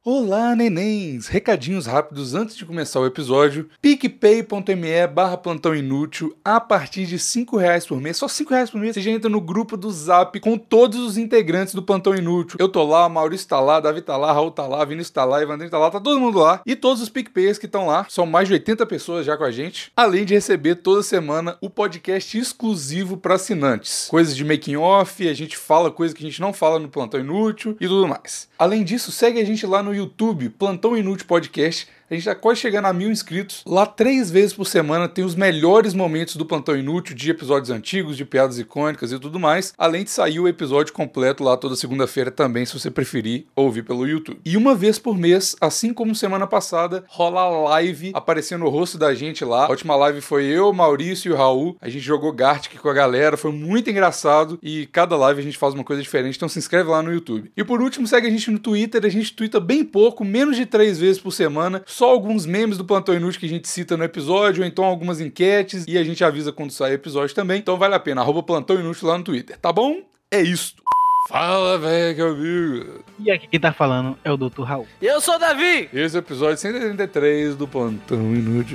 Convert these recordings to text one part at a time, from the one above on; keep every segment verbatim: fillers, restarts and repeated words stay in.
Olá, nenéns! Recadinhos rápidos antes de começar o episódio. picpay.me barra plantão inútil. A partir de cinco reais por mês, só cinco reais por mês, você já entra no grupo do Zap com todos os integrantes do Plantão Inútil. Eu tô lá, Maurício tá lá, Davi tá lá, Raul tá lá, Vinícius tá lá, Evandrinho tá lá, tá todo mundo lá. E todos os PicPayers que estão lá, são mais de oitenta pessoas já com a gente. Além de receber toda semana o podcast exclusivo para assinantes. Coisas de making off, a gente fala coisas que a gente não fala no Plantão Inútil e tudo mais. Além disso, segue a gente lá no YouTube, Plantão Inútil Podcast. A gente já quase chegando a mil inscritos. Lá, três vezes por semana, tem os melhores momentos do Plantão Inútil, de episódios antigos, de piadas icônicas e tudo mais. Além de sair o episódio completo lá toda segunda-feira também, se você preferir ouvir pelo YouTube. E uma vez por mês, assim como semana passada, rola a live aparecendo o rosto da gente lá. A última live foi eu, Maurício e o Raul. A gente jogou Gartic com a galera, foi muito engraçado. E cada live a gente faz uma coisa diferente, então se inscreve lá no YouTube. E por último, segue a gente no Twitter. A gente twitta bem pouco, menos de três vezes por semana. Só alguns memes do Plantão Inútil que a gente cita no episódio, ou então algumas enquetes, e a gente avisa quando sai o episódio também. Então vale a pena, arroba Plantão Inútil lá no Twitter, tá bom? É isto. Fala, velho, amigo. E aqui quem tá falando é o doutor Raul. E eu sou o Davi. Esse é o episódio cento e oitenta e três do Plantão Inútil.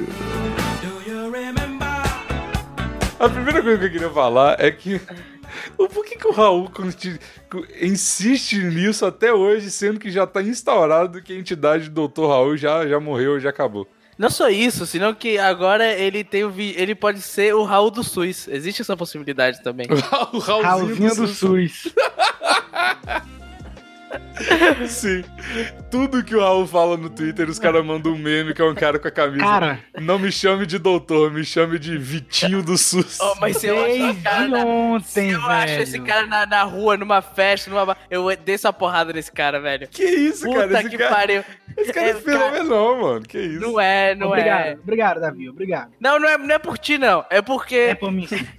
A primeira coisa que eu queria falar é que por que, que o Raul insiste nisso até hoje, sendo que já tá instaurado que a entidade do doutor Raul já, já morreu, já acabou? Não só isso, senão que agora ele tem o vi... ele pode ser o Raul do SUS. Existe essa possibilidade também. O Raulzinho, Raulzinho do, do SUS. SUS. Sim. Tudo que o Raul fala no Twitter, os caras mandam um meme que é um cara com a camisa. Cara, não me chame de doutor, me chame de Vitinho do SUS. Oh, mas se eu acho, cara na... ontem, se eu velho. acho esse cara na, na rua, numa festa, numa... eu desço a porrada nesse cara, velho. Que isso, Puta cara? Esse que cara... pariu. Esse cara é, é fenomenal, cara... mano. Que isso? Não é, não obrigado, é. Obrigado, Davi, obrigado. Não, não é, não é por ti, não. É porque... É por mim, sim.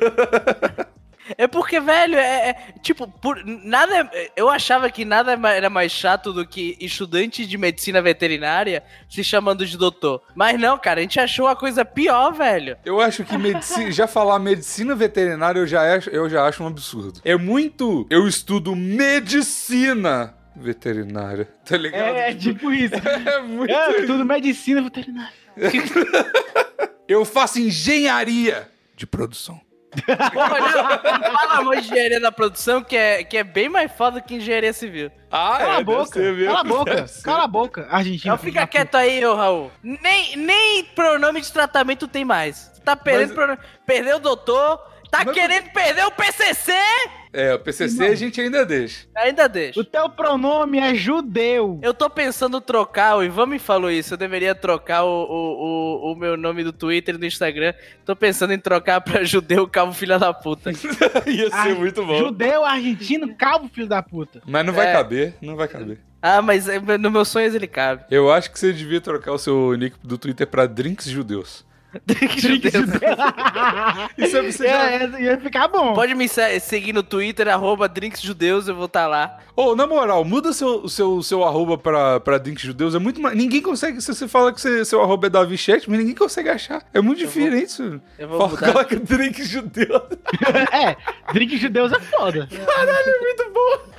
É porque, velho, é, é tipo, por, nada, eu achava que nada era mais chato do que estudante de medicina veterinária se chamando de doutor. Mas não, cara, a gente achou a coisa pior, velho. Eu acho que medicina, já falar medicina veterinária eu já, acho, eu já acho um absurdo. É muito, eu estudo medicina veterinária, tá ligado? É, tipo isso. É muito... É, eu estudo medicina veterinária. Eu faço engenharia de produção. Porra, não, fala mais de engenharia da produção, que é, que é bem mais foda que engenharia civil. Ah, cala é, a boca, cala a boca, cala a boca, Argentina. Então fica quieto aí, ô Raul. Nem, nem pronome de tratamento tem mais. Você tá perdendo Mas... pronome... Perdeu o doutor, tá Mas... querendo perder o P C C? É, o P C C a gente ainda deixa. Ainda deixa. O teu pronome é judeu. Eu tô pensando trocar, o Ivan me falou isso, eu deveria trocar o, o, o, o meu nome do Twitter e do Instagram. Tô pensando em trocar pra judeu calvo filha da puta. Ia ser Ar... muito bom. Judeu argentino calvo filho da puta. Mas não vai é. caber, não vai caber. Ah, mas no meus sonhos ele cabe. Eu acho que você devia trocar o seu nick do Twitter pra Drinks Judeus. Drinks Judeus. Isso é, você já... é, ia ficar bom. Pode me seguir no Twitter, arroba Drinks Judeus, eu vou estar tá lá. Ô, oh, na moral, muda seu, seu, seu arroba pra, pra Drinks Judeus, é muito mais... Ninguém consegue, se você fala que você, seu arroba é Davi Chat, mas ninguém consegue achar. É muito eu diferente isso. Eu vou fala, mudar. Coloca Drinks Judeus. É, Drinks Judeus é foda. Caralho, é muito bom.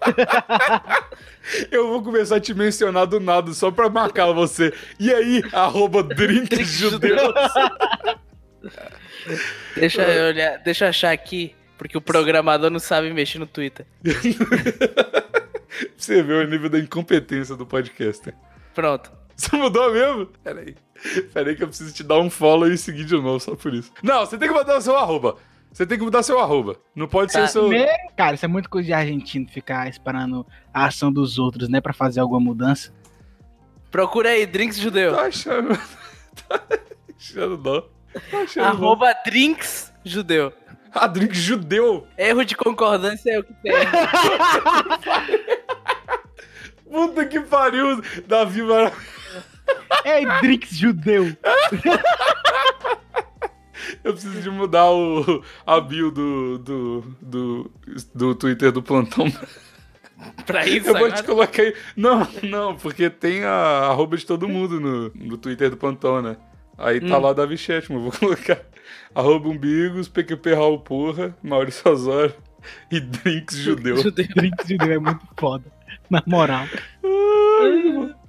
Eu vou começar a te mencionar do nada só pra marcar você. E aí, arroba Drinks Judeus. Deixa eu olhar, deixa eu achar aqui, porque o programador não sabe mexer no Twitter. Você vê o nível da incompetência do podcaster. Pronto. Você mudou mesmo? Peraí. Peraí que eu preciso te dar um follow e seguir de novo, só por isso. Não, você tem que mudar o seu arroba. Você tem que mudar seu arroba. Não pode tá. ser o seu... Cara, isso é muito coisa de argentino, ficar esperando a ação dos outros, né? Pra fazer alguma mudança. Procura aí, Drinks Judeu. Tá achando... Tá achando não. Tá achando Arroba não. Drinks Judeu. Ah, Drinks Judeu. Erro de concordância é o que tem. Puta que pariu. Davi maravilhoso. É Drinks Judeu. Eu preciso de mudar o, a bio do, do, do, do Twitter do Plantão. Pra isso, eu vou agora? te colocar aí. Não, não, porque tem a arroba de todo mundo no, no Twitter do Plantão, né? Aí tá hum. lá Davi Chat, mas eu vou colocar arroba umbigos, P Q P Raul Porra, Maurício Osório e Drinks Judeu. Drinks Judeu é muito foda, na moral. Ai,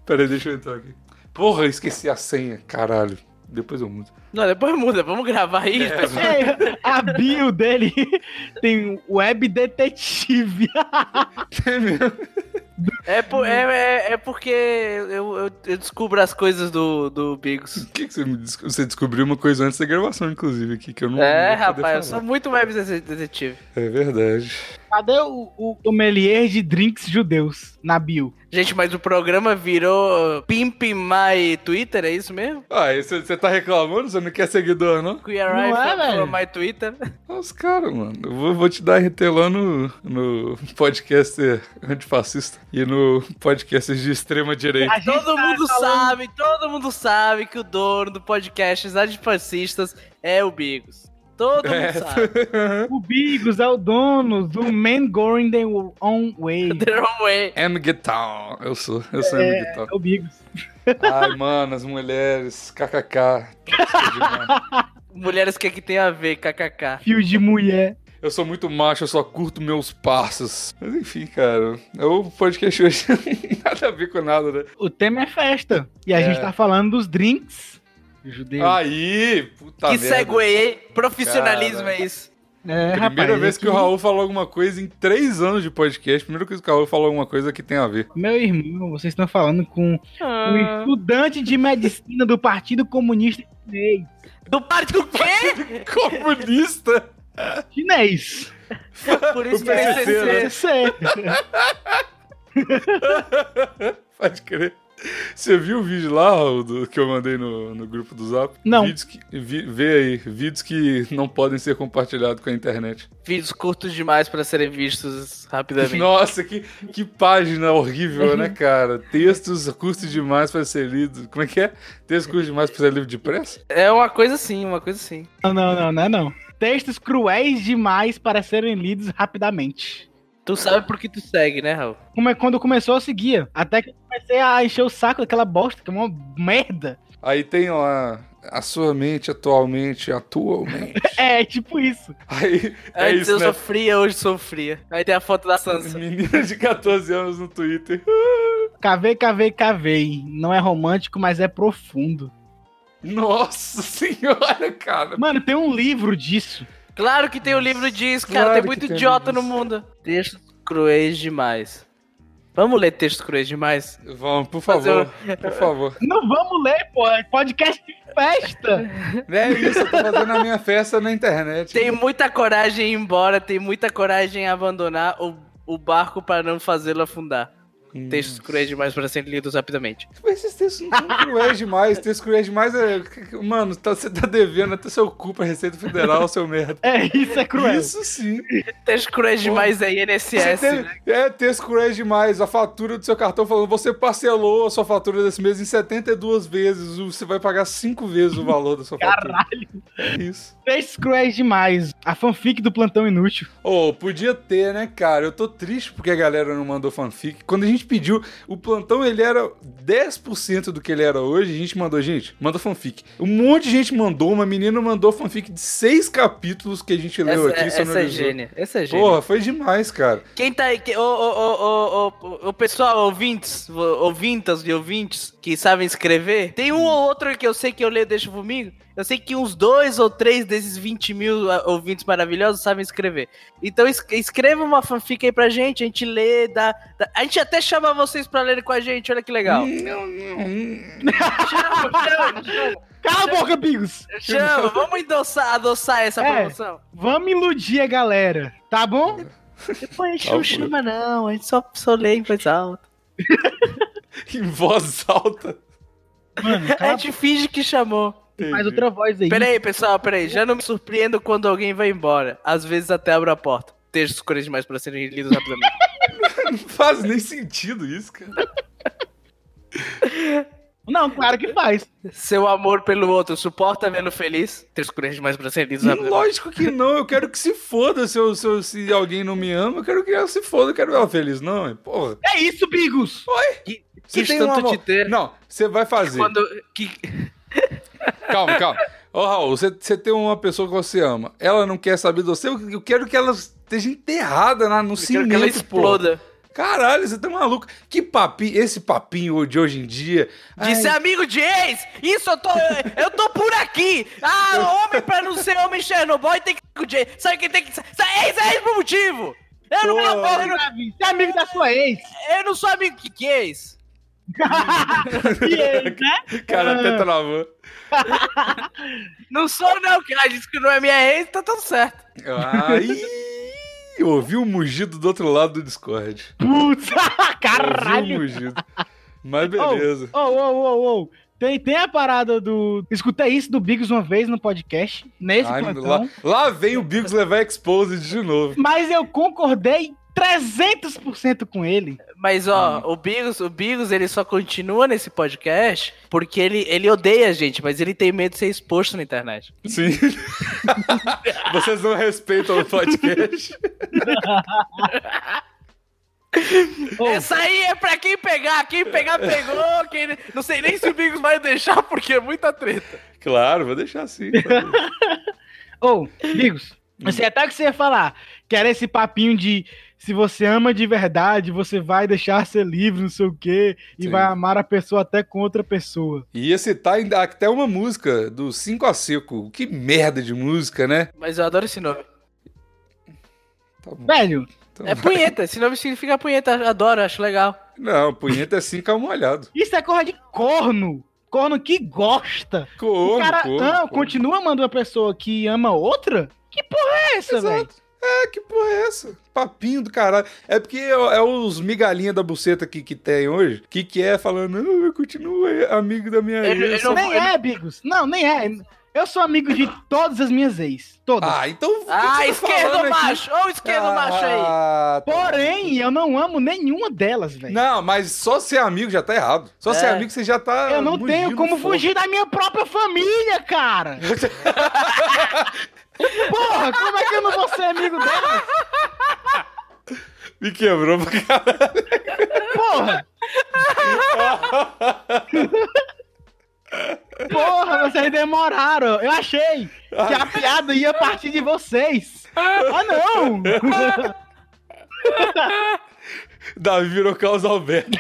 Peraí, deixa eu entrar aqui. Porra, eu esqueci a senha, caralho. Depois eu mudo. Não, depois muda, vamos gravar aí. É, a bio dele tem web detetive. É mesmo? É, por, é, é, é porque eu, eu, eu descubro as coisas do, do Bigos. O que, que você me des... Você descobriu uma coisa antes da gravação, inclusive, aqui, que eu não É, não vou poder rapaz, eu falar. sou muito web detetive. É verdade. Cadê o, o sommelier de drinks judeus na bio? Gente, mas o programa virou Pimp My Twitter, é isso mesmo? Ah, você tá reclamando? Você não quer seguidor, não? Queer Não Eye é, for, velho? for My Twitter. Ah, os caras, mano. Eu vou, vou te dar R T lá no, no podcast antifascista e no podcast de extrema direita. A gente Todo tá mundo falando- sabe, todo mundo sabe que o dono do podcast Antifascistas é o Bigos. Todo mundo É. sabe. O Bigos é o dono do Man Going Their Own Way. The wrong way. M G Town. Eu sou, eu sou M G Town. É o Bigos. Ai, mano, as mulheres, kkk. Tóxico demais. Mulheres que que tem a ver, kkk. Fio de mulher. Eu sou muito macho, eu só curto meus parças. Mas enfim, cara, o podcast hoje não tem nada a ver com nada, né? O tema é festa. E a É. gente tá falando dos drinks judeus. Aí, puta que merda. segue aí, profissionalismo Cara. é isso. É, Primeira rapaz, vez que aqui- o Raul falou alguma coisa em três anos de podcast. Primeira coisa que o Raul falou alguma coisa que tem a ver. Meu irmão, vocês estão falando com Ah. um estudante de medicina do Partido Comunista Chinês. Do partido do quê? Comunista! Chinês. Por isso O que é P C C, né? P C C. P C C. Pode crer. Você viu o vídeo lá, Raul, do, que eu mandei no, no grupo do Zap? Não. Vídeos que, vi, vê aí, vídeos que não podem ser compartilhados com a internet. Vídeos curtos demais para serem vistos rapidamente. Nossa, que, que página horrível, né, cara? Textos curtos demais para ser lidos. Como é que é? Textos curtos demais para ser livro de pressa? É uma coisa assim, uma coisa assim. Não, não, não, não é não. Textos cruéis demais para serem lidos rapidamente. Tu sabe por que tu segue, né, Raul? Como é quando começou, eu seguia. Até que eu comecei a encher o saco daquela bosta, que é uma merda. Aí tem lá, a sua mente atualmente, atualmente. É, tipo isso. Aí, é Antes isso, eu né? sofria, hoje sou fria. Aí tem a foto da Sansa. Menina de catorze anos no Twitter. Cavei, cavei, cavei. Não é romântico, mas é profundo. Nossa senhora, cara. Mano, tem um livro disso. Claro que tem o livro disso, cara. Claro tem que muito tem idiota livro no disso. mundo. Textos cruéis demais. Vamos ler textos cruéis demais? Vamos, por Fazer favor. Por favor. Não vamos ler, pô. É podcast de festa. É isso, eu tô fazendo a minha festa na internet. Tem muita coragem em ir embora, tem muita coragem em abandonar o, o barco para não fazê-lo afundar. Hum. Textos cruéis demais para serem lidos rapidamente. Mas esses textos não são cruéis demais. Textos cruéis demais é. Mano, tá- você tá devendo até seu cu pra Receita Federal, seu merda. É, isso é cruel. Isso sim. Textos cruéis demais é I N S S, Você tem- né? É, texto cruéis demais. A fatura do seu cartão falando, você parcelou a sua fatura desse mês em setenta e duas vezes. Você vai pagar cinco vezes o valor da sua fatura. Caralho. É isso. Textos cruéis demais. A fanfic do Plantão Inútil. Ô, podia ter, né, cara? Eu tô triste porque a galera não mandou fanfic. Quando a gente pediu, o plantão ele era dez por cento do que ele era hoje, a gente mandou, gente, manda fanfic. Um monte de gente mandou, uma menina mandou fanfic de seis capítulos que a gente leu Essa, aqui. essa é sonorizou. gênia, essa é gênia. Porra, foi demais, cara. Quem tá aí, que- ô, ô, ô, ô, ô, ô, pessoal, ouvintes, ô- ouvintas e ouvintes que sabem escrever, tem um ou outro que eu sei que eu leio deixa comigo. Eu sei que uns dois ou três desses vinte mil ah, ouvintes maravilhosos sabem escrever. Então es- escreva uma fanfic aí pra gente, a gente lê, dá, dá- a gente até chama vocês pra lerem com a gente, olha que legal. Não, não. Chama, chama, chama, Cala a boca, Bigos. chama, vamos endossar, adoçar essa É. promoção. Vamos iludir a galera, tá bom? Depois a gente Tá não bom. chama não, a gente só, só lê em voz alta. Em voz alta. Mano, A cala, gente finge que chamou. faz outra voz aí. Peraí, pessoal, peraí. Já não me surpreendo quando alguém vai embora. Às vezes até abro a porta. Textos cores demais para serem lidos rapidamente. Não faz nem sentido isso, cara. Não, claro que faz. Seu amor pelo outro suporta vê-lo feliz. Textos cores demais para serem lidos rapidamente. Lógico que não, eu quero que se foda se, eu- se, eu- se alguém não me ama, eu quero que ela se foda, eu quero ela feliz, não, é, porra. É isso, Bigos. Que, Você quis tem um tanto amor- te ter. Não, você vai fazer. Quando, que, Calma, calma. Ô, Raul, você, você tem uma pessoa que você ama, ela não quer saber de você, eu, eu quero que ela esteja enterrada na, no eu quero cimento, que ela pô. exploda. Caralho, você tá maluco. Que papinho, esse papinho de hoje em dia. De Ai, ser amigo de ex? Isso eu tô. Eu tô por aqui! Ah, homem pra não ser homem Chernobyl tem que ser amigo de ex. Sabe quem tem que ser? Ex é ex por motivo! Eu não, Pô. eu, não, Você é amigo da sua ex. eu não sou amigo que, que ex. E ex, né? cara, até travou. Não sou, não, que ela disse que não é minha ex, tá tudo certo. Ai, ouvi o mugido do outro lado do Discord. Putz, Ouvi o caralho. mugido. Mas beleza. Ô, ô, ô, ô. Tem, tem a parada do... Escutei isso do Biggs uma vez no podcast, nesse Ai, plantão. lá, lá vem o Biggs levar Exposed de novo. Mas eu concordei trezentos por cento com ele. Mas, ó, o Bigos, o Bigos, ele só continua nesse podcast porque ele, ele odeia a gente, mas ele tem medo de ser exposto na internet. Sim. Vocês não respeitam o podcast. Ô, Essa aí é pra quem pegar, quem pegar pegou, quem... não sei nem se o Bigos vai deixar porque é muita treta. Claro, vou deixar assim. ô, Bigos, eu sei até o que você ia falar, que era esse papinho de se você ama de verdade, você vai deixar ser livre, não sei o quê, e Sim. vai amar a pessoa até com outra pessoa. E ia citar ainda até uma música do cinco a Seco. Que merda de música, né? Mas eu adoro esse nome. Tá bom. Velho, Então É vai. punheta, esse nome significa punheta, adoro, acho legal. Não, punheta é cinco a molhado. isso é coisa de corno. Corno que gosta. Corno, o cara corno, ama, corno. continua amando uma pessoa que ama outra? Que porra é essa, velho? Exato. É, que porra é essa? Papinho do caralho. É porque é, é os migalhinha da buceta que, que tem hoje, que que é falando, não, eu continuo amigo da minha Eu- eu ex. não- Nem é, Bigos. Não, nem é. Eu sou amigo de todas as minhas ex. Todas. Ah, então... o que Ah, você tá esquerdo falando aqui? macho, ô esquerdo macho aí. Ah, tá. Porém, eu não amo nenhuma delas, velho. Não, mas só ser amigo já tá errado. Só É. ser amigo você já tá... Eu não mugindo tenho como fogo. fugir da minha própria família, cara. Porra, como é que eu não vou ser amigo delas? Me quebrou pra caralho. Porra. Porra, vocês demoraram. Eu achei que a piada ia partir de vocês. Ah, não. Davi virou Carlos Alberto.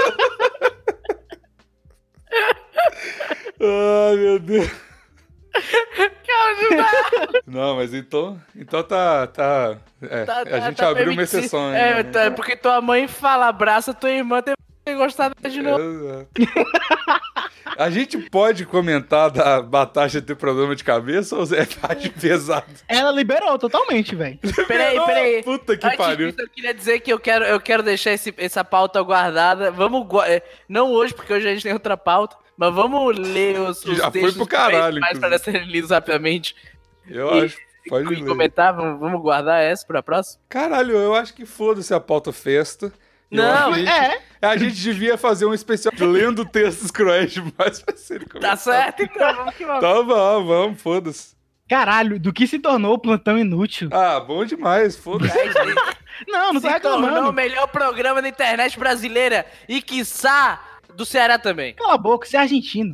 Ai, meu Deus. Não, mas então, então tá, tá, é, Tá- a tá- gente tá abriu uma permitido. exceção. É, né? tá, porque tua mãe fala, abraça tua irmã, tem que gostar de novo. Exato. A gente pode comentar da Batasha ter problema de cabeça ou é parte pesado? Ela liberou totalmente, velho. Peraí, peraí. Puta que Antes pariu. disso, eu queria dizer que eu quero, eu quero deixar esse- essa pauta guardada. Vamos, gua- é, não hoje, porque hoje a gente tem outra pauta, mas vamos ler os, os Já foi textos pro caralho, mais para serem lidos rapidamente. Eu E- acho. Pode E ler. comentar, vamos, vamos guardar essa pra próxima? Caralho, eu acho que foda-se a pauta festa. Eu Não, acho que a gente, é. a gente devia fazer um especial lendo textos cruéis demais pra serem Tá comentados. certo, então, vamos que vamos. Tá bom, vamos, foda-se. Caralho, do que se tornou o plantão inútil? Ah, bom demais, foda-se. Não, não tô Se tornou o reclamando. melhor programa da internet brasileira e, quiçá, do Ceará também. Cala a boca, você é argentino.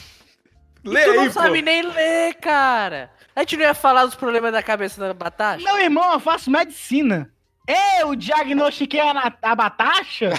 Lê tu aí, não pô. sabe nem ler, cara. A gente não ia falar dos problemas da cabeça da Batasha? Meu irmão, eu faço medicina. Eu diagnostiquei a, na- a Batasha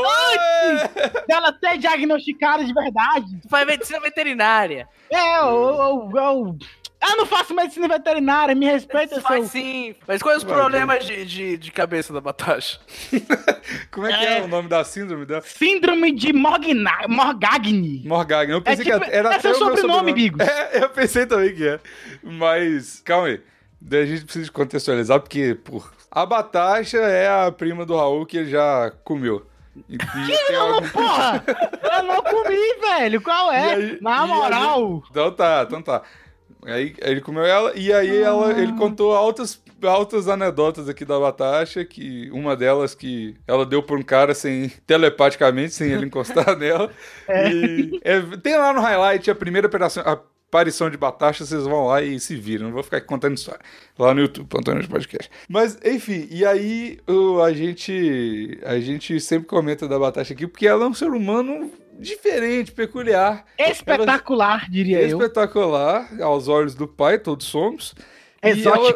Oi! dela ter diagnosticada de verdade. Tu faz medicina veterinária. É, eu, eu, eu, eu não faço medicina veterinária, me respeita, Tu seu... faz sim. Mas quais os Vai, problemas de, de, de cabeça da Batasha? Como é que é, o nome da síndrome dela? Síndrome de Morgna... Morgagni. Morgagni. Eu pensei É tipo- que era é até seu o meu sobrenome, Bigos. É, eu pensei também que é. Mas, calma aí. Daí a gente precisa contextualizar, porque, por a Batasha é a prima do Raul que ele já comeu. E, e tem Não, algum- porra! Eu não comi, velho. Qual E é? aí- Na e moral. aí- Então tá, então tá. Aí ele comeu ela e aí ela, ele contou altas, altas anedotas aqui da Batasha, que uma delas que ela deu por um cara sem, telepaticamente, sem ele encostar nela. E é, tem lá no highlight a primeira operação, a aparição de Batasha, vocês vão lá e se viram. Não vou ficar aqui contando história. Lá no YouTube, Plantão de Podcast. Mas, enfim, e aí o, a, gente, a gente sempre comenta da Batasha aqui, porque ela é um ser humano diferente, peculiar. Espetacular, diria eu. Espetacular, aos olhos do pai, todos somos. E Exótica. ela-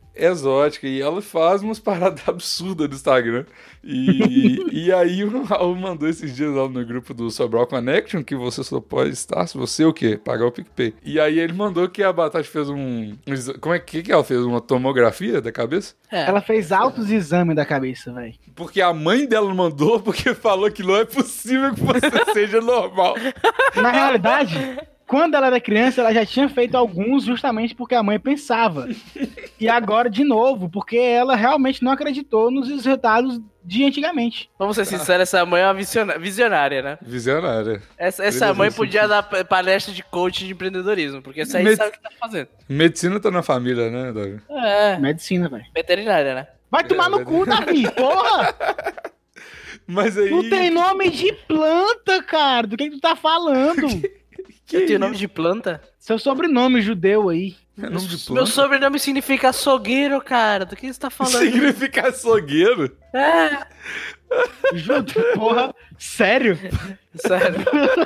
exótica, e ela faz umas paradas absurdas no Instagram. E, e aí o Raul mandou esses dias lá no grupo do Sobral Connection que você só pode estar se você o quê? Pagar o PicPay. E aí ele mandou que a Batata fez um... um como é que, que ela fez? Uma tomografia da cabeça? É. Ela fez altos exames da cabeça, velho. Porque a mãe dela mandou porque falou que não é possível que você seja normal. Na realidade... Quando ela era criança, ela já tinha feito alguns justamente porque a mãe pensava. E agora, de novo, porque ela realmente não acreditou nos resultados de antigamente. Vamos ser sinceros, essa mãe é uma visionária, né? Visionária. Essa, essa mãe podia dar palestra de coaching de empreendedorismo, porque essa aí Med... sabe o que tá fazendo. Medicina tá na família, né, Davi? É. Medicina, velho. Veterinária, né? Vai tomar é, no cu, Davi, porra! Mas aí... Não tem nome de planta, cara. Do que, que tu tá falando? Que eu tenho nome de planta? Seu sobrenome judeu aí. É nome de planta? Meu sobrenome significa açougueiro, cara. Do que você tá falando? Significa açougueiro? É. Juro, porra. Sério? Sério.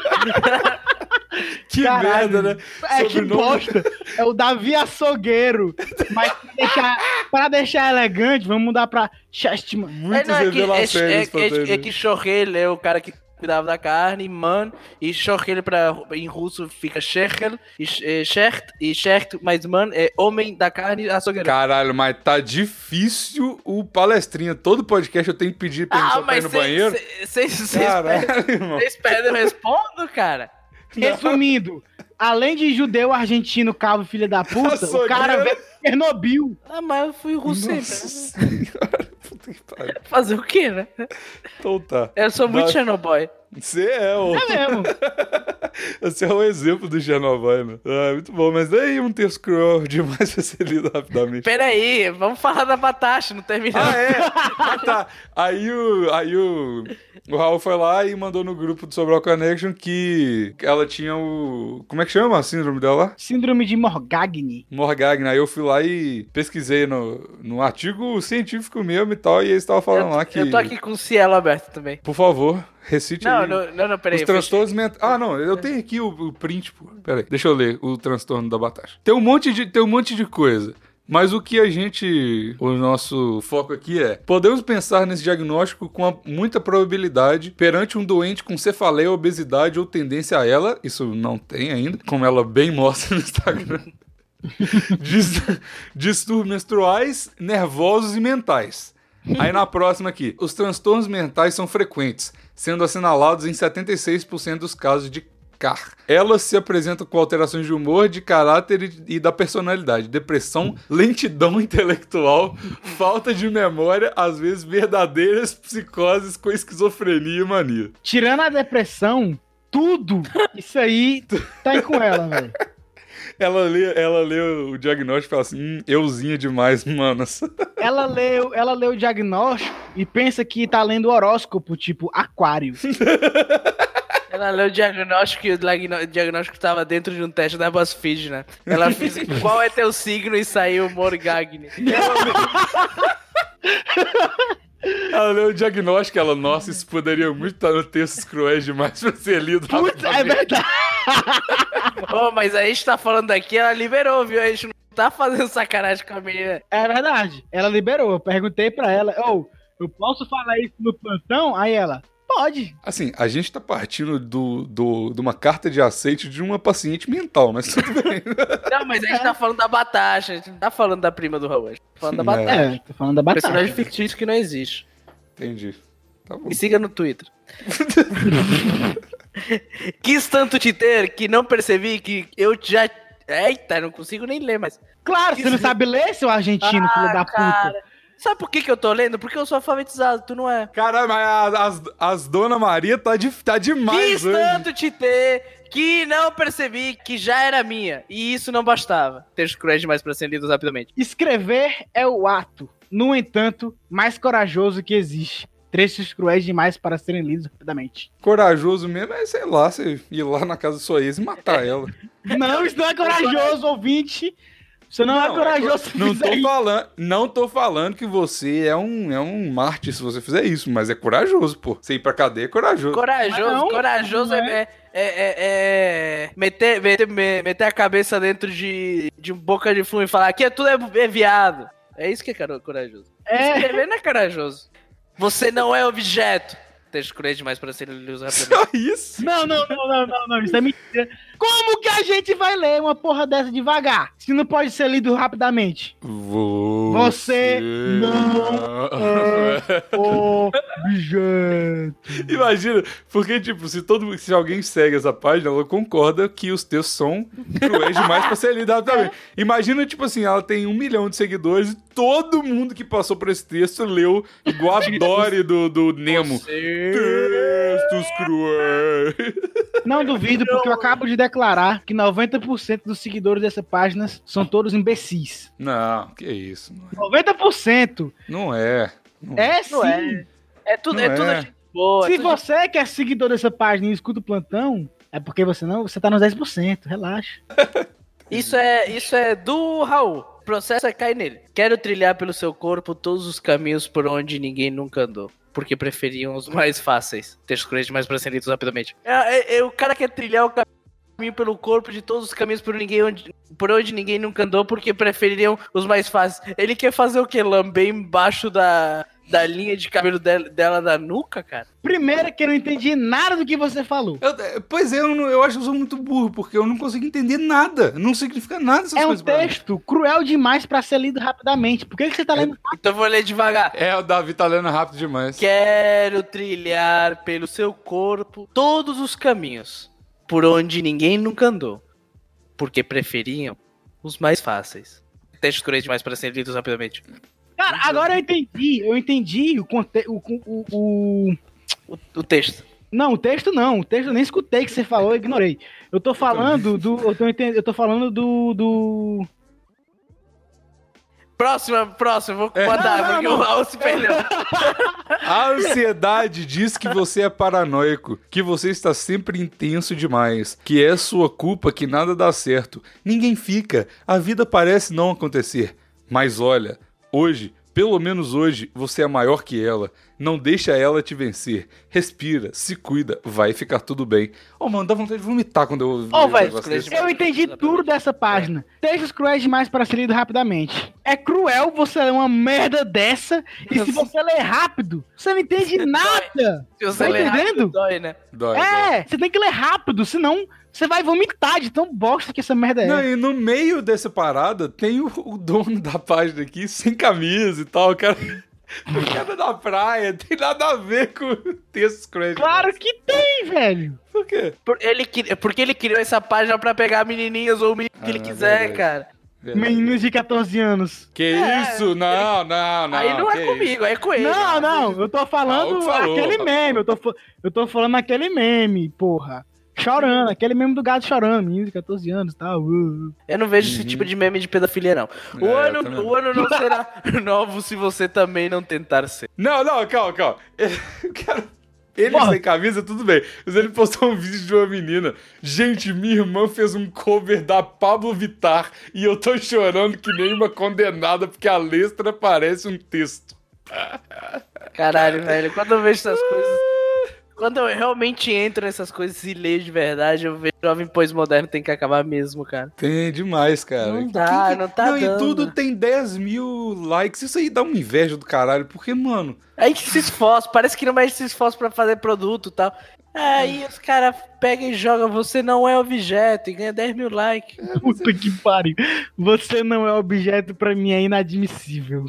Que Caralho. Merda, né? É sobrenome... que bosta. É o Davi Açougueiro. Mas pra deixar, pra deixar elegante, vamos mudar pra Chestman. Muitas é, não, é revelações. É, é, é, é que Chorrel é o cara que cuidava da carne, man, e Chorrel pra, em russo fica Shekel, e Shecht, e Shecht, mas man é homem da carne açougueiro. Caralho, mas tá difícil o palestrinha. Todo podcast eu tenho que pedir pra ele ah, só pra ir no cê, banheiro. Vocês pedem, eu respondo, cara. Resumindo, além de judeu, argentino, calvo, filho da puta, açougueiro. O cara veio de Chernobyl. Ah, mas eu fui russo sempre. Senhora, puta que pariu. Fazer o quê, né? Então tá. Eu sou muito Chernobyl. Você é, ô. É mesmo. Você é um exemplo do Chernobyl, né? Ah, muito bom, mas daí um texto cruel demais pra ser lido rapidamente. Pera aí, vamos falar da Batata, não terminou. Ah, é? Ah, tá. Aí o... Aí o... O Raul foi lá e mandou no grupo do Sobral Connection que ela tinha o... Como é que chama a síndrome dela lá? Síndrome de Morgagni. Morgagni. Aí eu fui lá e pesquisei no, no artigo científico mesmo e tal, e eles estavam falando eu, lá que... Eu tô aqui com o cielo aberto também. Por favor, recite não, aí. Não, não, não, peraí. Os transtornos mentais... Ah, não, eu tenho aqui o, o print, pô. Peraí, deixa eu ler o transtorno da batata. Tem um monte de, tem um monte de coisa. Mas o que a gente, o nosso foco aqui é, podemos pensar nesse diagnóstico com a, muita probabilidade perante um doente com cefaleia, obesidade ou tendência a ela, isso não tem ainda, como ela bem mostra no Instagram, distúrbios menstruais, nervosos e mentais. Aí na próxima aqui, os transtornos mentais são frequentes, sendo assinalados em setenta e seis por cento dos casos de Elas se apresentam com alterações de humor, de caráter e da personalidade, depressão, lentidão intelectual, falta de memória, às vezes verdadeiras psicoses com esquizofrenia e mania. Tirando a depressão, tudo isso aí tá aí com ela, velho. Ela lê, ela lê o diagnóstico e fala assim, hum, euzinha demais, manas. Ela lê, ela lê o diagnóstico e pensa que tá lendo horóscopo, tipo aquário. Ela leu o diagnóstico e o diagnóstico estava dentro de um teste da BuzzFeed, né? Ela fez qual é teu signo e saiu Morgagni. Ela leu o diagnóstico e ela, nossa, isso poderia muito estar no textos cruéis demais pra ser lido. Putz, é verdade. Oh, mas a gente tá falando aqui, ela liberou, viu? A gente não tá fazendo sacanagem com a menina. É verdade, ela liberou. Eu perguntei pra ela, ô, oh, eu posso falar isso no plantão? Aí ela... Pode. Assim, a gente tá partindo do, do, de uma carta de aceite de uma paciente mental, mas tudo bem. Não, mas a gente tá falando da Batata, a gente não tá falando da prima do Raul, a gente tá falando da Batata. É, tô falando da Batata. Personagem fictício que não existe. Entendi. Tá bom. Me siga no Twitter. Quis tanto te ter que não percebi que eu já... Eita, não consigo nem ler, mas... Claro, Quis... você não sabe ler, seu argentino, ah, filho da cara. puta. Sabe por que, que eu tô lendo? Porque eu sou alfabetizado, tu não é. Caralho, mas as, as Dona Maria tá, de, tá demais Quis hoje. tanto te ter que não percebi que já era minha. E isso não bastava. Textos cruéis demais pra serem lidos rapidamente. Escrever é o ato, no entanto, mais corajoso que existe. Trechos cruéis demais para serem lidos rapidamente. Corajoso mesmo é, sei lá, você ir lá na casa da sua ex e matar ela. Não, isso não é corajoso, ouvinte. Você não, não é corajoso. É, não, tô falando, não tô falando que você é um, é um mártir se você fizer isso, mas é corajoso, pô. Você ir pra cadeia é corajoso. Corajoso, não, corajoso não é... É, é, é, é meter, meter, meter a cabeça dentro de, de boca de fumo e falar que tudo é, é viado. É isso que é caro- corajoso. É. Escrever não é corajoso. Você não é objeto. Texto cruel demais para ser lido rapidamente. Só isso? Não, não, não, não, não, não, isso é mentira. Como que a gente vai ler uma porra dessa devagar? Se não pode ser lido rapidamente. Você, Você não é objeto. Imagina, porque, tipo, se todo mundo- se alguém segue essa página, ela concorda que os textos são cruéis demais pra ser lido rapidamente. Imagina, tipo assim, ela tem um milhão de seguidores e todo mundo que passou por esse texto leu igual a Dory do, do Nemo. Você... Textos cruéis. Não duvido, porque eu acabo de declarar que noventa por cento dos seguidores dessa página são todos imbecis. Não, que isso. Não é. noventa por cento. Não é. Não É sim. Não é. É tudo, Não é tudo é. gente boa. Se é tudo você que é seguidor dessa página e escuta o plantão, é porque você não, você tá nos dez por cento, relaxa. Isso é, isso é do Raul. O processo é cair nele. Quero trilhar pelo seu corpo todos os caminhos por onde ninguém nunca andou. Porque preferiam os mais fáceis. Textos cruéis demais para serem lidos rapidamente. É, é, é, o cara quer trilhar o caminho pelo corpo de todos os caminhos por, ninguém onde, por onde ninguém nunca andou. Porque prefeririam os mais fáceis. Ele quer fazer o quê? Lamber embaixo da, da linha de cabelo dela, dela da nuca, cara? Primeiro que eu não entendi nada do que você falou. Eu- pois é, eu, não- eu acho que eu sou muito burro, porque eu não consigo entender nada. Não significa nada essas É um coisas pra mim. texto cruel demais pra ser lido rapidamente. Por que, que você tá lendo? Então eu vou ler devagar. É, o Davi tá lendo rápido demais. Quero trilhar pelo seu corpo todos os caminhos por onde ninguém nunca andou, porque preferiam os mais fáceis. Textos cruéis demais para serem lidos rapidamente. Cara, agora eu entendi. Eu entendi o conte... o, o, o... O, o texto. Não, o texto não. O texto eu nem escutei que você falou, eu ignorei. Eu tô falando do. Eu tô, enten- eu tô falando do. do... Próxima, próxima, vou É. mandar, Não, não, porque não. o Raul se perdeu. A ansiedade diz que você é paranoico, que você está sempre intenso demais, que é sua culpa que nada dá certo. Ninguém fica, a vida parece não acontecer. Mas olha, hoje, pelo menos hoje, você é maior que ela. Não deixa ela te vencer. Respira, se cuida, vai ficar tudo bem. Oh, mano, dá vontade de vomitar quando eu Ô, vejo um velho, negócio desse. Eu entendi tudo dessa página. Textos cruéis demais para ser lido rapidamente. É cruel você ler uma merda dessa e se você ler rápido, você não entende nada. Se você Tá ler rápido, entendendo? dói, né? Dói, dói. É, você tem que ler rápido, senão você vai vomitar de tão bosta que essa merda é. Não, e no meio dessa parada tem o, o dono da página aqui, sem camisa e tal, o cara, o cara da praia, tem nada a ver com textos cruéis. Claro que tem, velho. Por quê? Por- ele, quer- porque ele criou essa página pra pegar menininhas ou o menino que Ah, ele quiser, verdade. cara. Meninos de catorze anos. Que É, isso? Não, não, não. Aí não que é isso. comigo, aí é com ele. Não, não, eu tô falando Raul falou. aquele meme, eu tô, fa- eu tô falando aquele meme, porra. Chorando, aquele meme do gato chorando, menino de catorze anos e tal. uh, uh. Eu não vejo esse tipo de meme de pedofilia, não. O, É, ano, também. o ano não será novo se você também não tentar ser. Não, não, calma, calma. Eu quero... Ele Porra. sem camisa, tudo bem. Mas ele postou um vídeo de uma menina. Gente, minha irmã fez um cover da Pablo Vittar e eu tô chorando que nem uma condenada porque a letra parece um texto. Caralho, velho, quando eu vejo essas coisas... Quando eu realmente entro nessas coisas e leio de verdade, eu vejo que o jovem pós-moderno tem que acabar mesmo, cara. Tem demais, cara. Não dá, Quem que- não tá Não, e dando. tudo tem dez mil likes. Isso aí dá uma inveja do caralho. Porque, mano... A gente se esforça, parece que não mais se esforça pra fazer produto e tal. Aí os caras pegam e jogam, você não é objeto, e ganha dez mil likes. Puta que pariu. Você não é objeto pra mim, é inadmissível.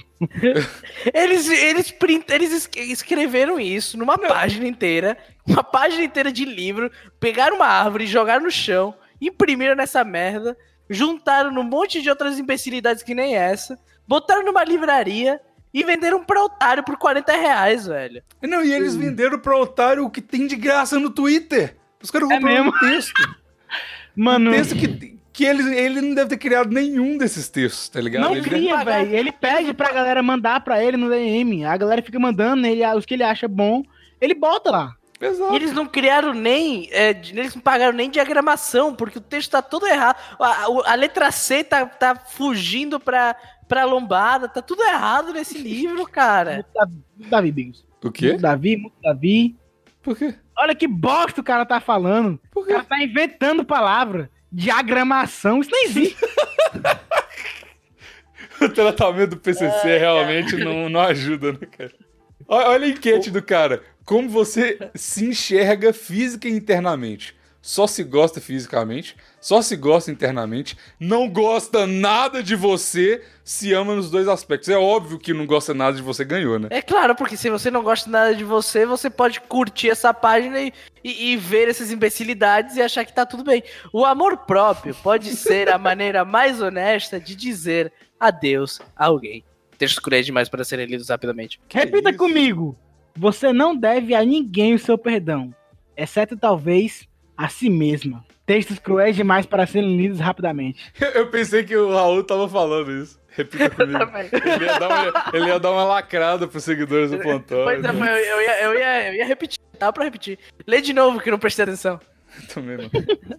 Eles, eles, print, eles es- escreveram isso numa página inteira, uma página inteira de livro, pegaram uma árvore, jogaram no chão, imprimiram nessa merda, juntaram num monte de outras imbecilidades que nem essa, botaram numa livraria e venderam pra otário por quarenta reais, velho. Não, e eles venderam pro otário o que tem de graça no Twitter. Os caras É compraram mesmo? um texto. Mano, Um texto que, que ele, ele não deve ter criado nenhum desses textos, tá ligado? não Ele cria, pagar. velho. Ele pede pra galera mandar pra ele no D M. A galera fica mandando ele, os que ele acha bom, ele bota lá. deve... Exato. E eles não criaram nem. é, de- eles não pagaram nem diagramação, porque o texto tá todo errado. A, a- a letra C tá, tá fugindo pra, pra lombada, tá tudo errado nesse livro, cara. Muito Davi, muito Davi, Bigos. O quê? Muito Davi, muito Davi. Por quê? Olha que bosta o cara tá falando. Por O quê? cara tá inventando palavra. Diagramação, isso não existe. O tratamento do P C C é, realmente não, não ajuda, né, cara? Olha a enquete do cara. Como você se enxerga física e internamente? Só se gosta fisicamente, só se gosta internamente, não gosta nada de você, se ama nos dois aspectos. É óbvio que não gosta nada de você, ganhou, né? É claro, porque se você não gosta nada de você, você pode curtir essa página e, e, e ver essas imbecilidades e achar que tá tudo bem. O amor próprio pode ser a maneira mais honesta de dizer adeus a alguém. Textos cruéis demais para serem lidos rapidamente. Que Repita isso? Comigo. Você não deve a ninguém o seu perdão, exceto talvez a si mesma. Textos cruéis demais para serem lidos rapidamente. Eu, eu pensei que o Raul tava falando isso. Repita comigo. ele, ia dar uma, ele ia dar uma lacrada pros seguidores do plantão. Pois é, eu, eu, ia, eu, ia, eu ia repetir. Dá pra repetir. Lê de novo que eu não prestei atenção. Também não.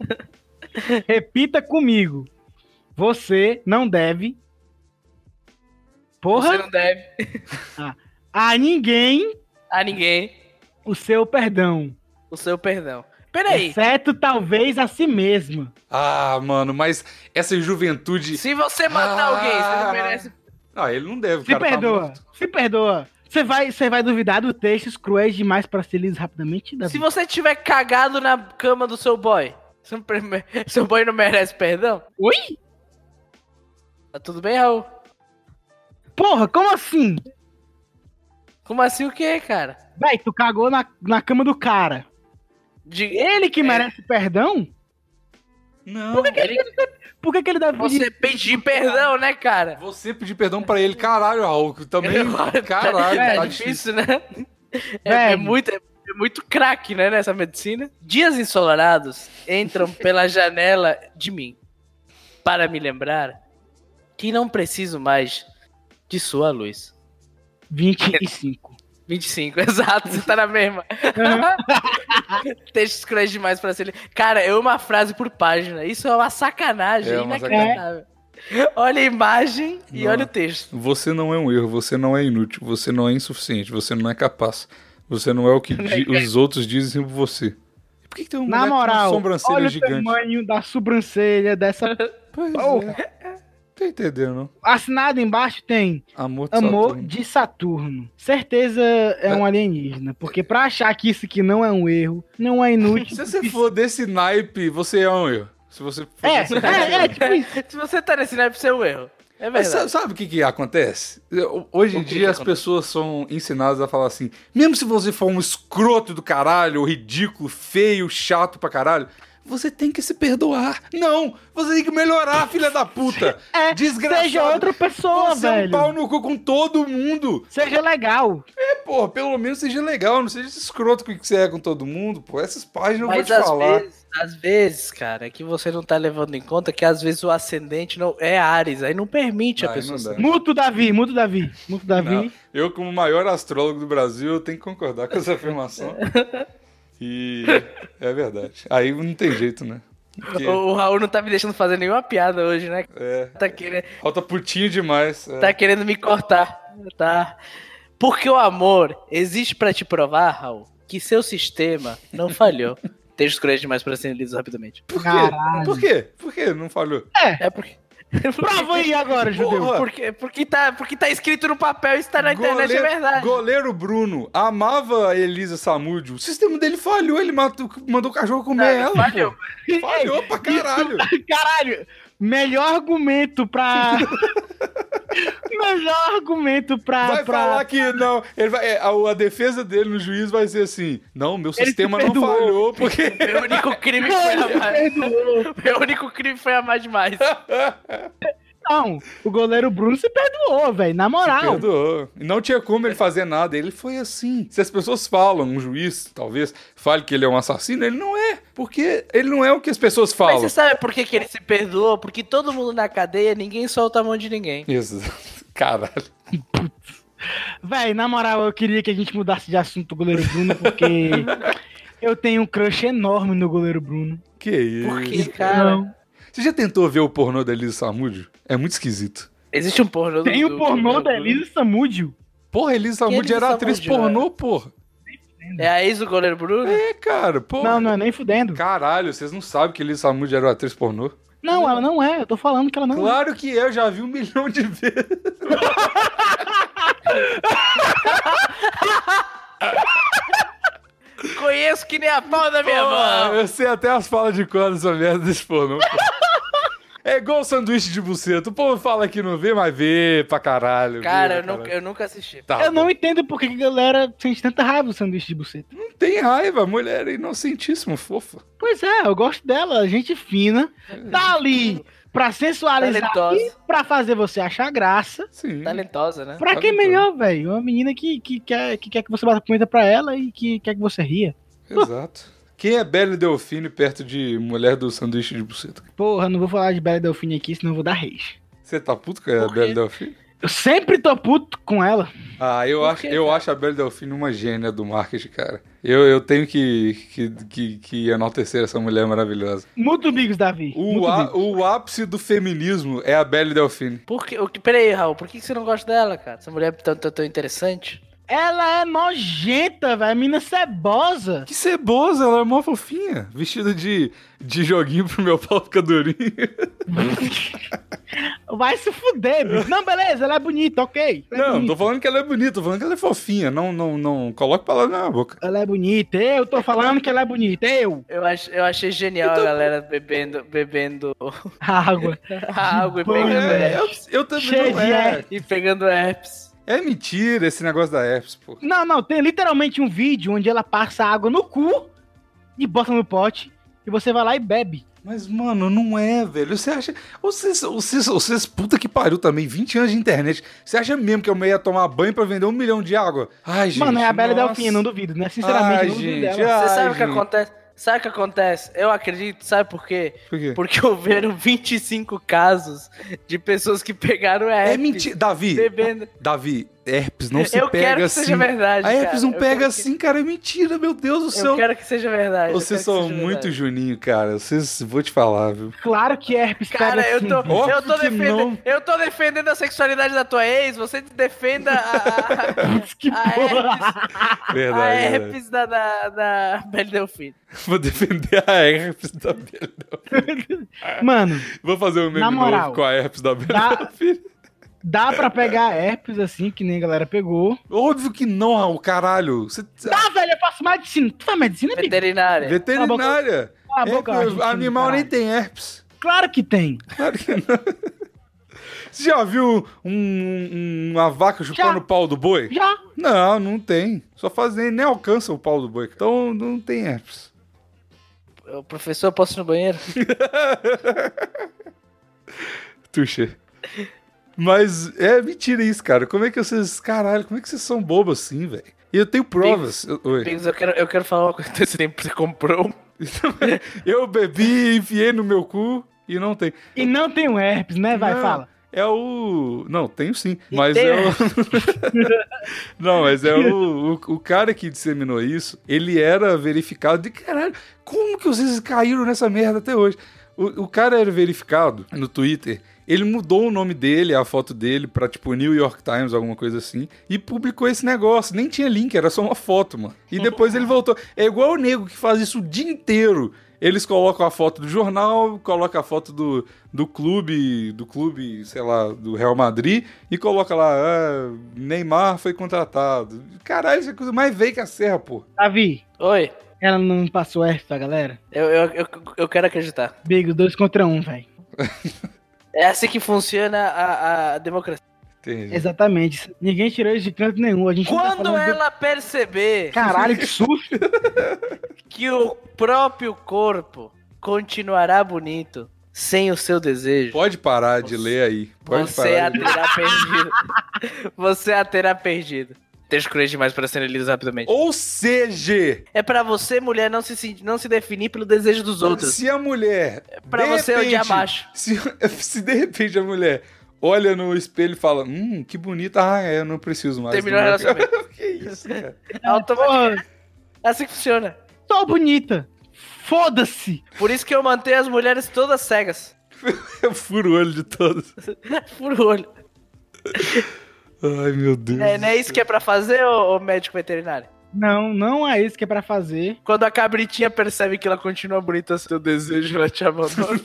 Repita comigo. Você não deve... Porra? Você não deve. Ah, a ninguém... A ninguém. O seu perdão. O seu perdão. Peraí. Exceto talvez a si mesma. Ah, mano, mas essa juventude... Se você matar ah... alguém, você não merece... Ah, ele não deve, se cara. Perdoa, tá se perdoa. Você vai, você vai duvidar do textos cruéis demais para ser lidos rapidamente? Davi? Se você tiver cagado na cama do seu boy, seu, seu boy não merece perdão? Oi? Tá tudo bem, Raul? Porra, como assim? Como assim o quê, cara? Véi, tu cagou na, na cama do cara. De... Ele que é... merece perdão? Não. Por que, que ele... ele... Por que, que ele deve pedir... Você pedir perdão, né, cara? Você pedir perdão pra ele. Caralho, Raul. Também, caralho. É, tá difícil, né? É, é muito... É muito craque, né, nessa medicina. Dias ensolarados entram pela janela de mim para me lembrar que não preciso mais de sua luz. vinte e cinco. vinte e cinco, exato, você tá na mesma. Uhum. Textos cruéis demais pra ser... Cara, eu uma frase por página. Isso é uma sacanagem é uma inacreditável. É. Olha a imagem e não, olha o texto. Você não é um erro, você não é inútil, você não é insuficiente, você não é capaz. Você não é o que di- os outros dizem por você. Por que, que tem uma Na moral, com uma sobrancelha olha gigante? O tamanho da sobrancelha dessa... Pois oh. é. Tá entendendo, não? Assinado embaixo tem Amor de Amor Saturno. de Saturno. Certeza é, é um alienígena. Porque pra achar que isso aqui não é um erro, não é inútil. Se você for desse naipe, você é um erro. Se você for é, desse é, é, é, tipo isso. Se você tá nesse naipe, você é um erro. É verdade. Mas sabe o que que acontece? Hoje em que dia que as acontece? pessoas são ensinadas a falar assim, mesmo se você for um escroto do caralho, ridículo, feio, chato pra caralho, você tem que se perdoar. Não, você tem que melhorar, filha da puta. É, desgraçado. Seja outra pessoa, você velho. Você é um pau no cu com todo mundo. Seja legal. É, porra, pelo menos seja legal, não seja esse escroto que você é com todo mundo, pô. Essas páginas eu Mas vou te às falar. Vezes, às vezes, cara, é que você não tá levando em conta que às vezes o ascendente não é Áries, aí não permite a Aí pessoa. não dá. Muto Davi, muto Davi. Muto Davi. Não, eu, como maior astrólogo do Brasil, eu tenho que concordar com essa afirmação. E é verdade. Aí não tem jeito, né? Porque... O, o Raul não tá me deixando fazer nenhuma piada hoje, né? É. Tá querendo, Falta putinho demais. É. tá querendo me cortar, tá? Porque o amor existe pra te provar, Raul, que seu sistema não falhou. Textos cruéis demais pra serem lidos rapidamente. Por quê? Caralho. Por quê? Por quê? Não falhou? É. É porque... Prova aí agora, judeu. Porra. Porque, porque, tá, porque tá escrito no papel e está na internet, Goleiro, é verdade. Goleiro Bruno amava a Elisa Samúdio. O sistema dele falhou, ele matou, mandou o cachorro comer Não, ela. falhou. Pô. Falhou pra caralho. Caralho, melhor argumento pra... melhor argumento pra... Vai pra... falar que não. Ele vai, é, a, a defesa dele no juiz vai ser assim: não, meu Ele sistema se não perdoou. falhou, porque. Meu único crime foi amar. Meu único crime foi amar demais. Não, o goleiro Bruno se perdoou, velho, na moral. Perdoou. E não tinha como ele fazer nada. Ele foi assim. Se as pessoas falam, um juiz, talvez, fale que ele é um assassino, ele não é. Porque ele não é o que as pessoas falam. Mas você sabe por que, que ele se perdoou? Porque todo mundo na cadeia, ninguém solta a mão de ninguém. Exato. Caralho. Véi, na moral, eu queria que a gente mudasse de assunto do goleiro Bruno, porque eu tenho um crush enorme no goleiro Bruno. Que isso? Por que, cara? Não. Você já tentou ver o pornô da Elisa Samúdio? É muito esquisito. Existe um pornô do... Tem o do- pornô do- da Elisa Samúdio. Porra, a Elisa Quem é Samúdio era Elisa atriz Samúdio, pornô, porra. É a ex do goleiro Bruno? É, cara, porra. Não, não é nem fudendo. Caralho, vocês não sabem que Elisa Samúdio era uma atriz pornô? Não, ela não é. Eu tô falando que ela não Claro que é, eu já vi um milhão de vezes. Conheço que nem a pau da minha Pô, mão. eu sei até as falas de cor dessa merda desse pornô. Pô. É igual sanduíche de buceta. O povo fala que não vê, mas vê pra caralho. Cara, vê eu, pra nunca, caralho. eu nunca assisti. Tá Eu bom. não entendo por que que a galera sente tanta raiva do sanduíche de buceta. Não tem raiva, a mulher é inocentíssima, fofa. Pois é, eu gosto dela, gente fina. Tá ali pra sensualizar Talentosa. e pra fazer você achar graça. Sim. Talentosa, né? Pra que Talentosa. melhor, velho? Uma menina que, que, quer, que quer que você bata comida pra ela e que quer que você ria. Exato. Quem é Belle Delfine perto de mulher do sanduíche de buceta? Porra, não vou falar de Bela Delfine aqui, senão eu vou dar rage. Você tá puto com a Por quê? Belle Delfine? Eu sempre tô puto com ela. Ah, eu, Por acho, quê, eu cara? acho a Belle Delfine uma gênia do marketing, cara. Eu, eu tenho que, que, que, que enaltecer essa mulher maravilhosa. Muito bigos, Davi. O, Muito a- bigos. o ápice do feminismo é a Belle Delfine. Por que, o que, peraí, Raul, por que que você não gosta dela, cara? Essa mulher é tão, tão, tão interessante. Ela é nojenta, velho. A mina cebosa. Que cebosa, ela é mó fofinha. Vestida de, de joguinho pro meu pau ficar durinho. Vai se fuder, bicho. Não, beleza, ela é bonita, ok. Ela é Não, bonita. tô falando que ela é bonita, tô falando que ela é fofinha. Não, não, não. Coloca palavra na minha boca. Ela é bonita. Eu tô falando que ela é bonita. Eu. Eu, ach, eu achei genial a galera bebendo, bebendo Água. água e banho, pegando, né? É, eu, eu também Cheio não de é. herpes. e pegando herpes. É mentira esse negócio da herpes, pô. Não, não, tem literalmente um vídeo onde ela passa água no cu e bota no pote e você vai lá e bebe. Mas, mano, não é, velho. Você acha. Vocês, vocês, vocês, puta que pariu também, vinte anos de internet. Você acha mesmo que eu ia tomar banho pra vender um milhão de água? Ai, gente. Mano, é a Bela nossa. Delfim, não duvido, né? Sinceramente, Ai, eu não duvido gente, dela. ai, Você sabe o que gente. acontece? Sabe o que acontece? Eu acredito, sabe por quê? Por quê? Porque houveram vinte e cinco casos de pessoas que pegaram herpes. É mentira. Davi, Bebendo. Davi, herpes não se Eu pega quero que assim. seja verdade, A herpes cara. não Eu pega quero que- assim, cara. É mentira, meu Deus do Eu céu. quero que seja verdade. eu Vocês quero que são seja muito verdade. Juninho, cara. Vocês, vou te falar, viu? Claro que herpes Cara, pega eu assim. tô, Óbvio eu, tô que defendendo, não. eu tô defendendo a sexualidade da tua ex, você defenda a, Que a, a herpes, Verdade. a verdade. herpes da, da, da Belle Delfine. Vou defender a herpes da Bela Delfine. Mano, Vou fazer um meme Na moral, novo com a herpes da Bela dá- Delfine. dá pra pegar herpes assim, que nem a galera pegou. Óbvio que não, Raul, caralho. Você... Tá, velho, eu faço medicina. Tu faz medicina, Pico? Veterinária. Veterinária. Cala a boca, Herpes- argentino, animal nem caralho. tem herpes. Claro que tem. Claro que não. Você já viu um- um- uma vaca chupando Já. o pau do boi? Já. Não, não tem. Só fazem, nem alcança o pau do boi. Então não tem herpes. O professor, posso ir no banheiro? Tuxa. Mas é mentira isso, cara. Como é que vocês. Caralho, como é que vocês são bobos assim, velho? E eu tenho provas. Eu- Oi. Bigos, eu quero, eu quero falar uma coisa. Você tem- você comprou um. Eu bebi, enfiei no meu cu e não tem. E não tem um herpes, né? Vai, Não, fala. É o. Não, tenho sim. E Mas tem é o. Não, mas é o, o. O cara que disseminou isso, ele era verificado de caralho. Como que vocês caíram nessa merda até hoje? O, o cara era verificado no Twitter. Ele mudou o nome dele, a foto dele, pra tipo New York Times, alguma coisa assim, e publicou esse negócio. Nem tinha link, era só uma foto, mano. E depois ele voltou. É igual o nego que faz isso o dia inteiro. Eles colocam a foto do jornal, colocam a foto do, do clube, do clube, sei lá, do Real Madrid, e coloca lá, ah, Neymar foi contratado. Caralho, isso é coisa mais veia que a serra, pô. Davi, Oi. ela não passou herpes pra galera? Eu, eu, eu, eu quero acreditar. Bigos, dois contra um, velho. É assim que funciona a, a democracia. Entendi. Exatamente. Ninguém tirou isso de canto nenhum. A gente não tá Quando falando do- ela perceber Caralho, que susto. que o próprio corpo continuará bonito sem o seu desejo, Pode parar de ler aí. Pode você a parar. de- terá perdido. Você a terá perdido. Texto cruel demais para serem lidos rapidamente. Ou seja, É pra você, mulher, não se, sen- não se definir pelo desejo dos outros. se a mulher. Pra de você repente, odiar macho. Se, se de repente a mulher olha no espelho e fala: Hum, que bonita. Ah, é, eu não preciso mais. Terminou o do meu- relacionamento. Que isso, cara? Automaticamente. Porra, É assim que funciona. tô bonita. Foda-se. Por isso que eu mantenho as mulheres todas cegas. Eu furo o olho de todos. Por olho. Ai, meu Deus. É, não é isso que é pra fazer, ô, ô médico veterinário? Não, não é isso que é pra fazer. Quando a cabritinha percebe que ela continua bonita, seu desejo, ela te abandona.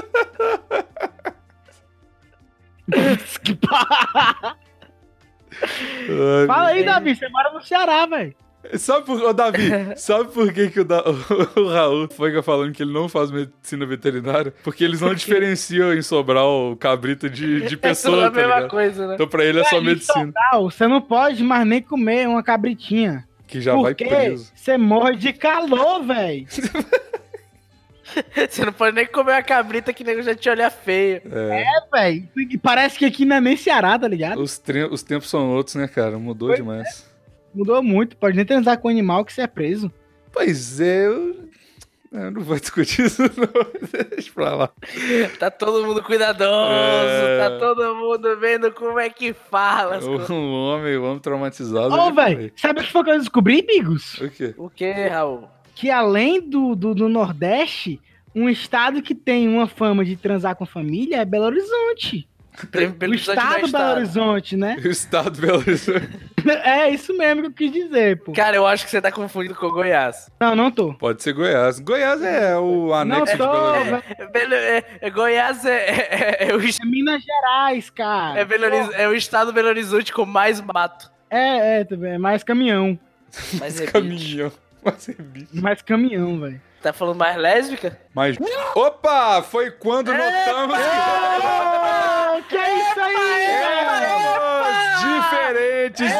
Que pa- Ai, Fala aí, Davi, você mora no Ceará, velho. Sabe por, ô, Davi, sabe por que, que o, da, o, o Raul foi falando que ele não faz medicina veterinária? Porque eles não diferenciam em Sobral o cabrito de, de É pessoa, tudo a tá mesma ligado? coisa, né? Então pra ele é só Velho, em medicina, Sobral, você não pode mais nem comer uma cabritinha. que já vai porque preso. você morre de calor, velho. Você não pode nem comer uma cabrita que nego já te olha feio. É, É, velho. Parece que aqui não é nem Ceará, tá ligado? os, tre- os tempos são outros, né, cara? Mudou Pois demais. Mudou muito. Pode nem transar com animal que você é preso. Pois é, eu... eu não vou discutir isso, não. Deixa pra lá. Tá todo mundo cuidadoso, É. tá todo mundo vendo como é que fala. as coisas. O homem, o homem traumatizado. Ô, ele velho, foi. sabe o que foi que eu descobri, amigos? O quê? O que, Raul? Que além do, do, do Nordeste, um estado que tem uma fama de transar com família é Belo Horizonte. Pelo O estado Belo Horizonte, né? O estado de Belo Horizonte. É isso mesmo que eu quis dizer, pô. Cara, eu acho que você tá confundindo com Goiás. Não, não tô. Pode ser Goiás. Goiás é o anexo Não de tô, Belo Horizonte. velho. É, Belo- é- é- Goiás é, é- é o, est- É Minas Gerais, cara. é Belo Horiz- é o estado Belo Horizonte com mais mato. É, é, também. É mais caminhão. Mas é bicho. Caminhão. Mas é bicho. Mais caminhão, velho. Tá falando mais lésbica? Mas... Opa! Foi quando notamos Ô, que é isso aí, que... diferentes.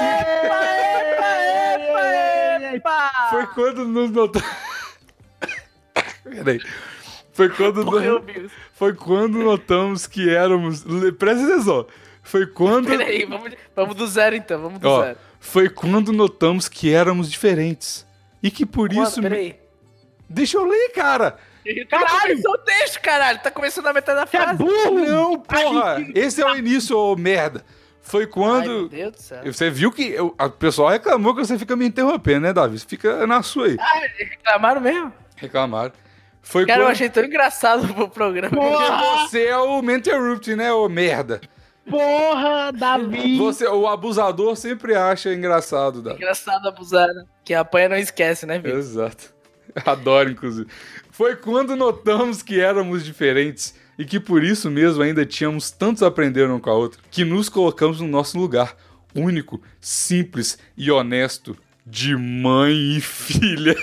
Foi quando nos notamos... Peraí. Foi quando... Morreu, no- Bills. Foi quando notamos que éramos... Presta atenção. Foi quando... Peraí, vamos, vamos do zero então, vamos do Ó, zero. foi quando notamos que éramos diferentes. E que por Mano, isso... peraí. Deixa eu ler, cara. Caralho, isso é o texto, caralho. Tá começando a metade da Você é frase. burro! Não, porra. Ai, Esse é o início, ô merda. Foi Ai, meu quando... Deus do céu. Você viu que eu- o pessoal reclamou que você fica me interrompendo, né, Davi? Você fica na sua aí. Reclamaram mesmo? Reclamaram. Foi Cara, eu quando... achei tão engraçado o programa. Porra! Você é o Menterrupt, né, ô merda? Porra, Davi! Você, o abusador sempre acha engraçado, Davi. Engraçado abusar, né? Que apanha não esquece, né, Vitor? Exato. Adoro, inclusive. Foi quando notamos que éramos diferentes e que por isso mesmo ainda tínhamos tantos a aprender um com a outra, que nos colocamos no nosso lugar, único, simples e honesto, de mãe e filha.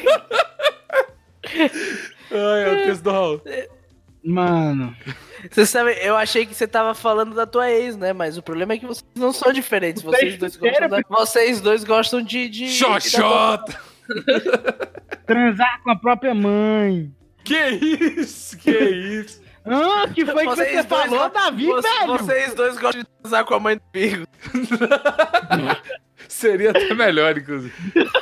Ai, é o texto do Raul. Mano. Você sabe, eu achei que você tava falando da tua ex, né? Mas o problema é que vocês não são diferentes. Vocês dois gostam, da... vocês dois gostam de... de... Xoxota! Transar com a própria mãe. Que isso? Que isso? Ah, que foi que Vocês você dois falou, go- Davi, Vo- velho? Vocês dois gostam de transar com a mãe do Pigo. Seria até melhor, inclusive.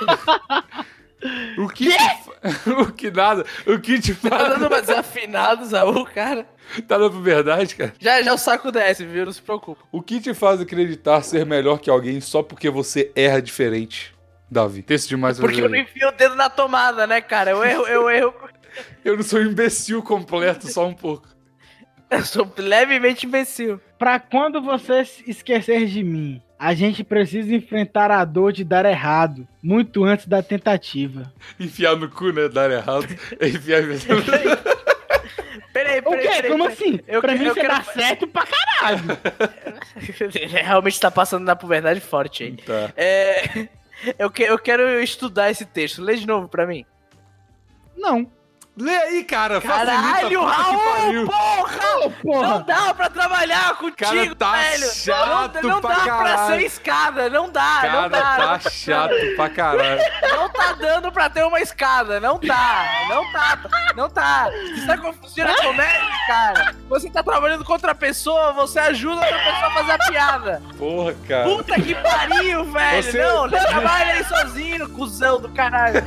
O que, te fa- o que nada, o que te Tá faz... dando uma desafinada, Zaú, cara. Tá dando verdade, cara? Já, já o saco desce, viu? Não se preocupa. O que te faz acreditar ser melhor que alguém só porque você erra diferente, Davi? Texto demais pra Porque eu não ver. enfio o dedo na tomada, né, cara? Eu erro, eu erro. Eu não sou um imbecil completo, só um pouco. Eu sou levemente imbecil. Pra quando você se esquecer de mim, a gente precisa enfrentar a dor de dar errado, muito antes da tentativa. Enfiar no cu, né? Dar errado. Enfiar... Peraí, O peraí, quê? peraí, Como peraí. assim? Eu pra que- mim eu você quero- dá certo pra caralho. Realmente tá passando na puberdade forte aí. Tá. É, eu, que, eu quero estudar esse texto. Lê de novo pra mim. Não. Lê aí, cara. Caralho, facilita, puta que Raul, pariu. porra! Ô, porra. Não dá pra trabalhar contigo, Cara, tá velho! chato não não pra dá pra caralho. ser escada, não dá, Cara, não dá. tá chato pra caralho. Não tá dando pra ter uma escada, não tá, não tá, não tá. Você tá confundindo a comédia, cara. Você tá trabalhando com outra pessoa, você ajuda outra pessoa a fazer a piada. Porra, cara. Puta que pariu, velho. Você- Não, não trabalha aí sozinho, cuzão do caralho.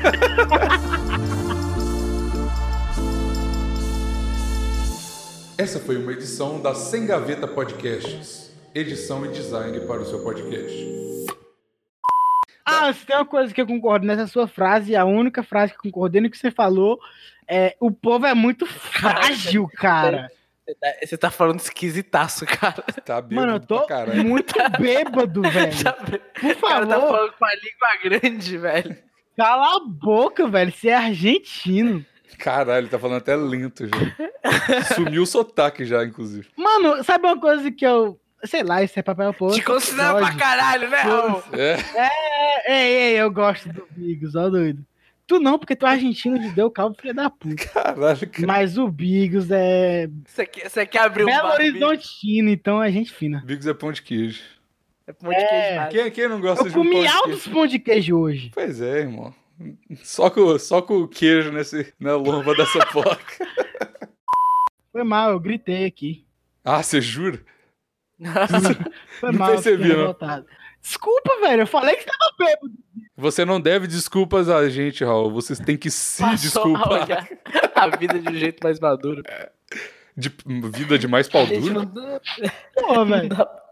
Essa foi uma edição da Sem Gaveta Podcasts. Edição e design para o seu podcast. Ah, se tem uma coisa que eu concordo nessa sua frase, a única frase que eu concordei no que você falou é: o povo é muito frágil, cara. Você tá, você tá falando esquisitaço, cara. Tá bêbado Mano, eu tô pra caralho. muito bêbado, velho. Por O cara tá favor, falando com a língua grande, velho. cala a boca, velho. Você é argentino. Caralho, tá falando até lento já. Sumiu o sotaque já, inclusive. Mano, sabe uma coisa que eu... Sei lá, isso é papel pô. Te considera pra caralho, né, Raul? É. É, ei, ei, eu gosto do Bigos, ó doido. Tu não, porque tu é argentino de deu calvo, filho da puta. Caralho, cara. Mas o Bigos é Você quer, você quer abrir um Belo bar, Horizontino, então é gente fina. Bigos é pão de queijo. É pão de É. queijo, cara. Quem, quem não gosta Eu de um pão comi de altos queijo? pão de queijo hoje. Pois é, irmão. Só com, só com o queijo nesse, na lomba dessa porca. Foi mal, eu gritei aqui. Ah, você jura? Foi Não mal, eu percebi, fiquei não. revoltado. Desculpa, velho, eu falei que tava bêbado. Você não deve desculpas a gente, Raul. Vocês têm que se Passou a desculpar. olhar a vida de um jeito mais maduro. De vida de mais pau Gente, duro. não dá- Pô, velho.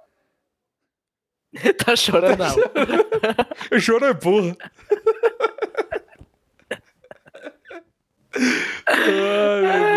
Tá chorando, não. Eu choro é porra. Ai, meu